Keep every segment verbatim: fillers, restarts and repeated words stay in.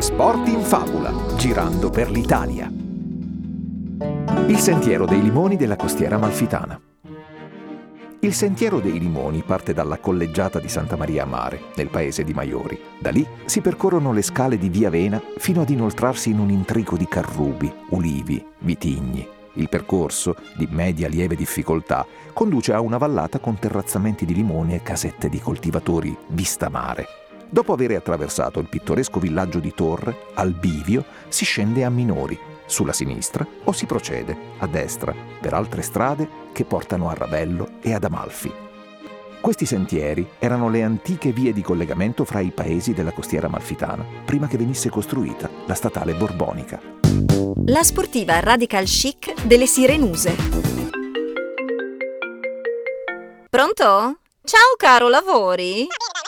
Sport in Fabula, girando per l'Italia. Il Sentiero dei Limoni della costiera amalfitana. Il Sentiero dei Limoni parte dalla collegiata di Santa Maria a Mare, nel paese di Maiori. Da lì si percorrono le scale di Via Vena fino ad inoltrarsi in un intrico di carrubi, ulivi, vitigni. Il percorso, di media lieve difficoltà, conduce a una vallata con terrazzamenti di limoni e casette di coltivatori vista mare. Dopo aver attraversato il pittoresco villaggio di Torre, al bivio si scende a Minori, sulla sinistra, o si procede, a destra, per altre strade che portano a Ravello e ad Amalfi. Questi sentieri erano le antiche vie di collegamento fra i paesi della costiera amalfitana, prima che venisse costruita la statale borbonica. La sportiva radical chic delle Sirenuse. Pronto? Ciao caro, lavori?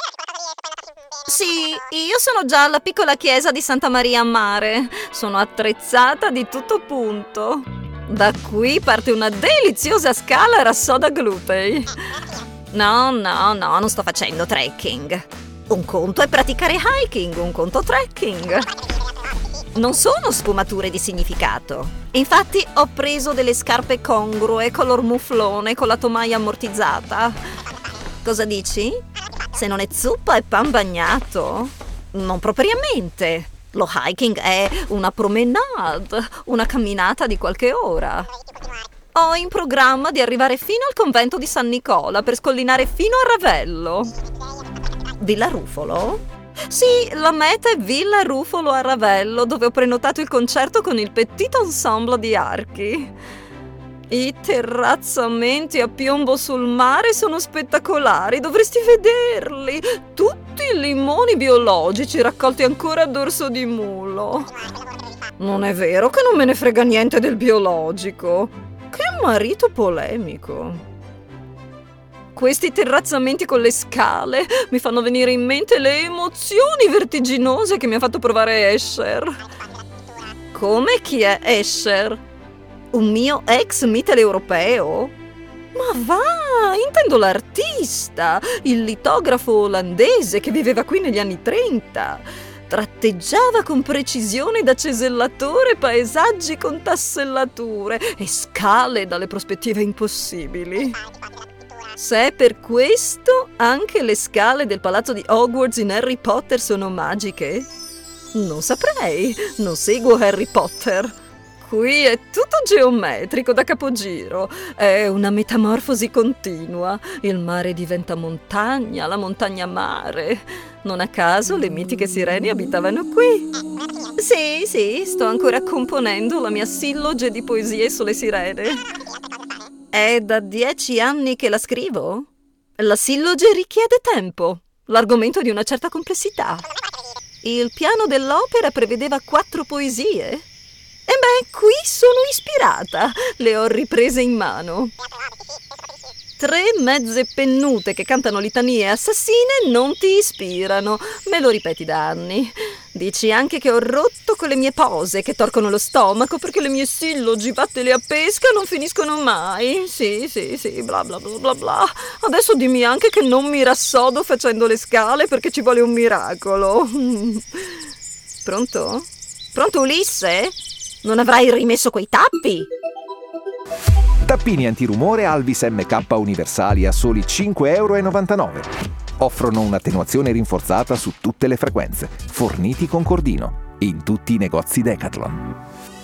Sì, io sono già alla piccola chiesa di Santa Maria a Mare. Sono attrezzata di tutto punto. Da qui parte una deliziosa scala rassoda glutei. No, no, no, non sto facendo trekking. Un conto è praticare hiking, un conto trekking. Non sono sfumature di significato. Infatti ho preso delle scarpe congrue, color muflone, con la tomaia ammortizzata. Cosa dici? Se non è zuppa è pan bagnato? Non propriamente. Lo hiking è una promenade, una camminata di qualche ora. Ho in programma di arrivare fino al convento di San Nicola per scollinare fino a Ravello. Villa Rufolo? Sì, la meta è Villa Rufolo a Ravello, dove ho prenotato il concerto con il Petit Ensemble di Archi. I terrazzamenti a piombo sul mare sono spettacolari, dovresti vederli. Tutti limoni biologici raccolti ancora a dorso di mulo. Non è vero che non me ne frega niente del biologico. Che marito polemico. Questi terrazzamenti con le scale mi fanno venire in mente le emozioni vertiginose che mi ha fatto provare Escher. Come chi è Escher? Un mio ex mitteleuropeo? Ma va, intendo l'artista, il litografo olandese che viveva qui negli anni trenta. Tratteggiava con precisione da cesellatore paesaggi con tassellature e scale dalle prospettive impossibili. Se è per questo, anche le scale del palazzo di Hogwarts in Harry Potter sono magiche? Non saprei, non seguo Harry Potter. Qui è tutto geometrico da capogiro, è una metamorfosi continua. Il mare diventa montagna, la montagna mare. Non a caso le mitiche sirene abitavano qui. Sì, sì, sto ancora componendo la mia silloge di poesie sulle sirene. È da dieci anni che la scrivo. La silloge richiede tempo, l'argomento è di una certa complessità. Il piano dell'opera prevedeva quattro poesie. E beh, qui sono ispirata, le ho riprese in mano. Tre mezze pennute che cantano litanie assassine non ti ispirano, me lo ripeti da anni. Dici anche che ho rotto con le mie pose che torcono lo stomaco perché le mie sillogi vattene a pesca non finiscono mai. Sì, sì, sì, bla bla bla bla bla. Adesso dimmi anche che non mi rassodo facendo le scale perché ci vuole un miracolo. Pronto? Pronto Ulisse? Non avrai rimesso quei tappi? Tappini antirumore Alvis M K universali a soli cinque virgola novantanove euro. Offrono un'attenuazione rinforzata su tutte le frequenze, forniti con cordino, in tutti i negozi Decathlon.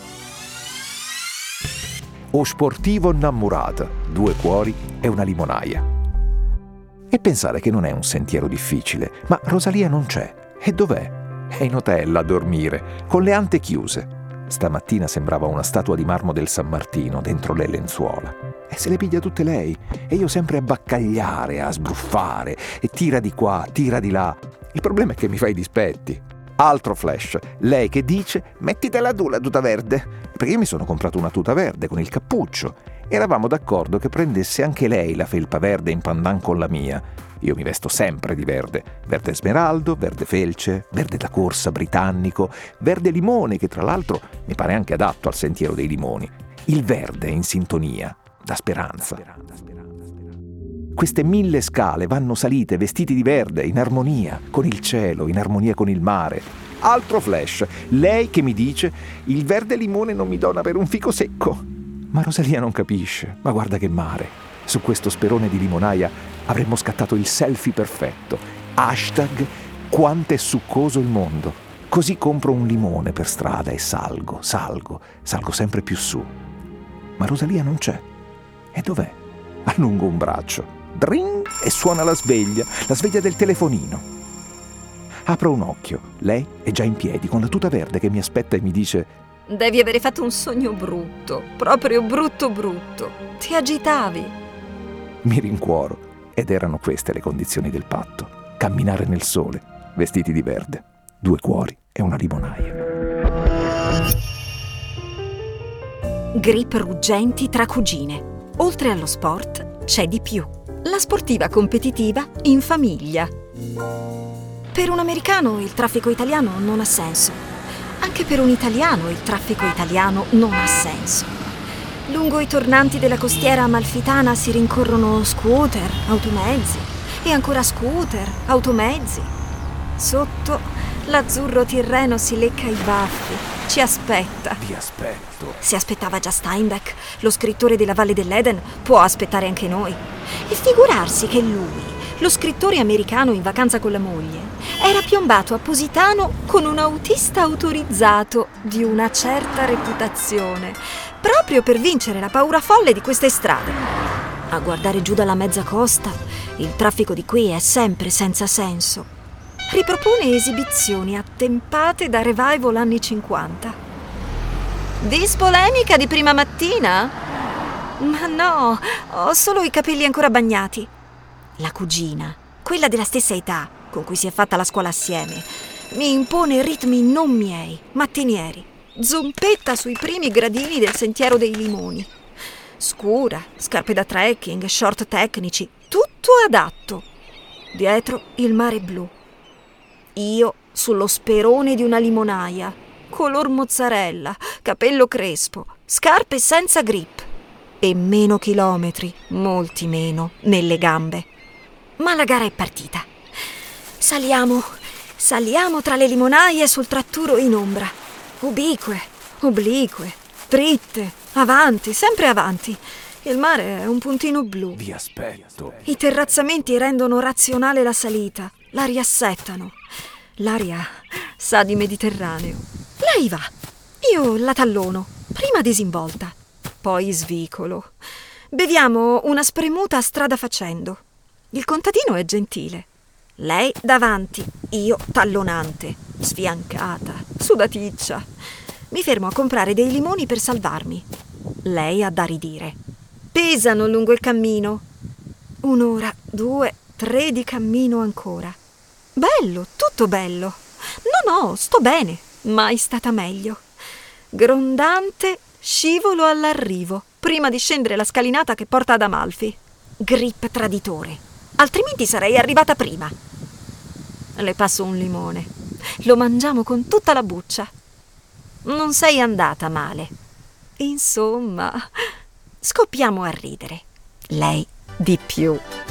O sportivo innamorata, due cuori e una limonaia. E pensare che non è un sentiero difficile, ma Rosalia non c'è. E dov'è? È in hotel a dormire, con le ante chiuse. Stamattina sembrava una statua di marmo del San Martino dentro le lenzuola. E se le piglia tutte lei. E io sempre a baccagliare, a sbruffare. E tira di qua, tira di là. Il problema è che mi fa i dispetti. Altro flash. Lei che dice, mettitela tu la tuta verde. Perché io mi sono comprato una tuta verde con il cappuccio. Eravamo d'accordo che prendesse anche lei la felpa verde in pandan con la mia. Io mi vesto sempre di verde. Verde smeraldo, verde felce, verde da corsa britannico, verde limone, che tra l'altro mi pare anche adatto al Sentiero dei Limoni. Il verde in sintonia, da speranza. Queste mille scale vanno salite vestiti di verde, in armonia con il cielo, in armonia con il mare. altro flash. Lei che mi dice: il verde limone non mi dona per un fico secco. Ma Rosalia non capisce. Ma guarda che mare. Su questo sperone di limonaia avremmo scattato il selfie perfetto. Hashtag quanto è succoso il mondo. Così compro un limone per strada e salgo, salgo, salgo sempre più su. Ma Rosalia non c'è. E dov'è? Allungo un braccio. Dring! E suona la sveglia, la sveglia del telefonino. Apro un occhio. Lei è già in piedi con la tuta verde che mi aspetta e mi dice: devi avere fatto un sogno brutto, proprio brutto brutto. Ti agitavi. Mi rincuoro. Ed erano queste le condizioni del patto. Camminare nel sole, vestiti di verde, due cuori e una limonaia. Grip ruggenti tra cugine. Oltre allo sport c'è di più. La sportiva competitiva in famiglia. Per un americano il traffico italiano non ha senso. Anche per un italiano il traffico italiano non ha senso. Lungo i tornanti della costiera amalfitana si rincorrono scooter, automezzi e ancora scooter, automezzi. Sotto l'azzurro Tirreno si lecca i baffi, ci aspetta. Vi aspetto. Se aspettava già Steinbeck, lo scrittore della Valle dell'Eden, può aspettare anche noi. E figurarsi che lui, lo scrittore americano in vacanza con la moglie, era piombato a Positano con un autista autorizzato di una certa reputazione, proprio per vincere la paura folle di queste strade. A guardare giù dalla mezza costa, il traffico di qui è sempre senza senso. Ripropone esibizioni attempate da revival anni cinquanta. Dispolemica di prima mattina? Ma no, ho solo i capelli ancora bagnati. La cugina, quella della stessa età con cui si è fatta la scuola assieme, mi impone ritmi non miei, mattinieri. Zompetta sui primi gradini del sentiero dei limoni. Scura, scarpe da trekking, short tecnici, tutto adatto. Dietro il mare blu. Io sullo sperone di una limonaia, color mozzarella, capello crespo, scarpe senza grip e meno chilometri, molti meno, nelle gambe. Ma la gara è partita. Saliamo, saliamo tra le limonaie sul tratturo in ombra. Ubique, oblique, dritte, avanti, sempre avanti. Il mare è un puntino blu. Vi aspetto. I terrazzamenti rendono razionale la salita, la riassettano. L'aria sa di Mediterraneo. Lei va, io la tallono, prima disinvolta, poi svicolo. Beviamo una spremuta strada facendo. Il contadino è gentile. Lei davanti, io tallonante, sfiancata, sudaticcia. Mi fermo a comprare dei limoni per salvarmi. Lei ha da ridire. Pesano lungo il cammino. Un'ora, due, tre di cammino ancora. Bello, tutto bello. No, no, sto bene. Mai stata meglio. Grondante, scivolo all'arrivo, prima di scendere la scalinata che porta ad Amalfi. Grip traditore. Altrimenti sarei arrivata prima. Le passo un limone. Lo mangiamo con tutta la buccia. Non sei andata male. Insomma, scoppiamo a ridere. Lei di più.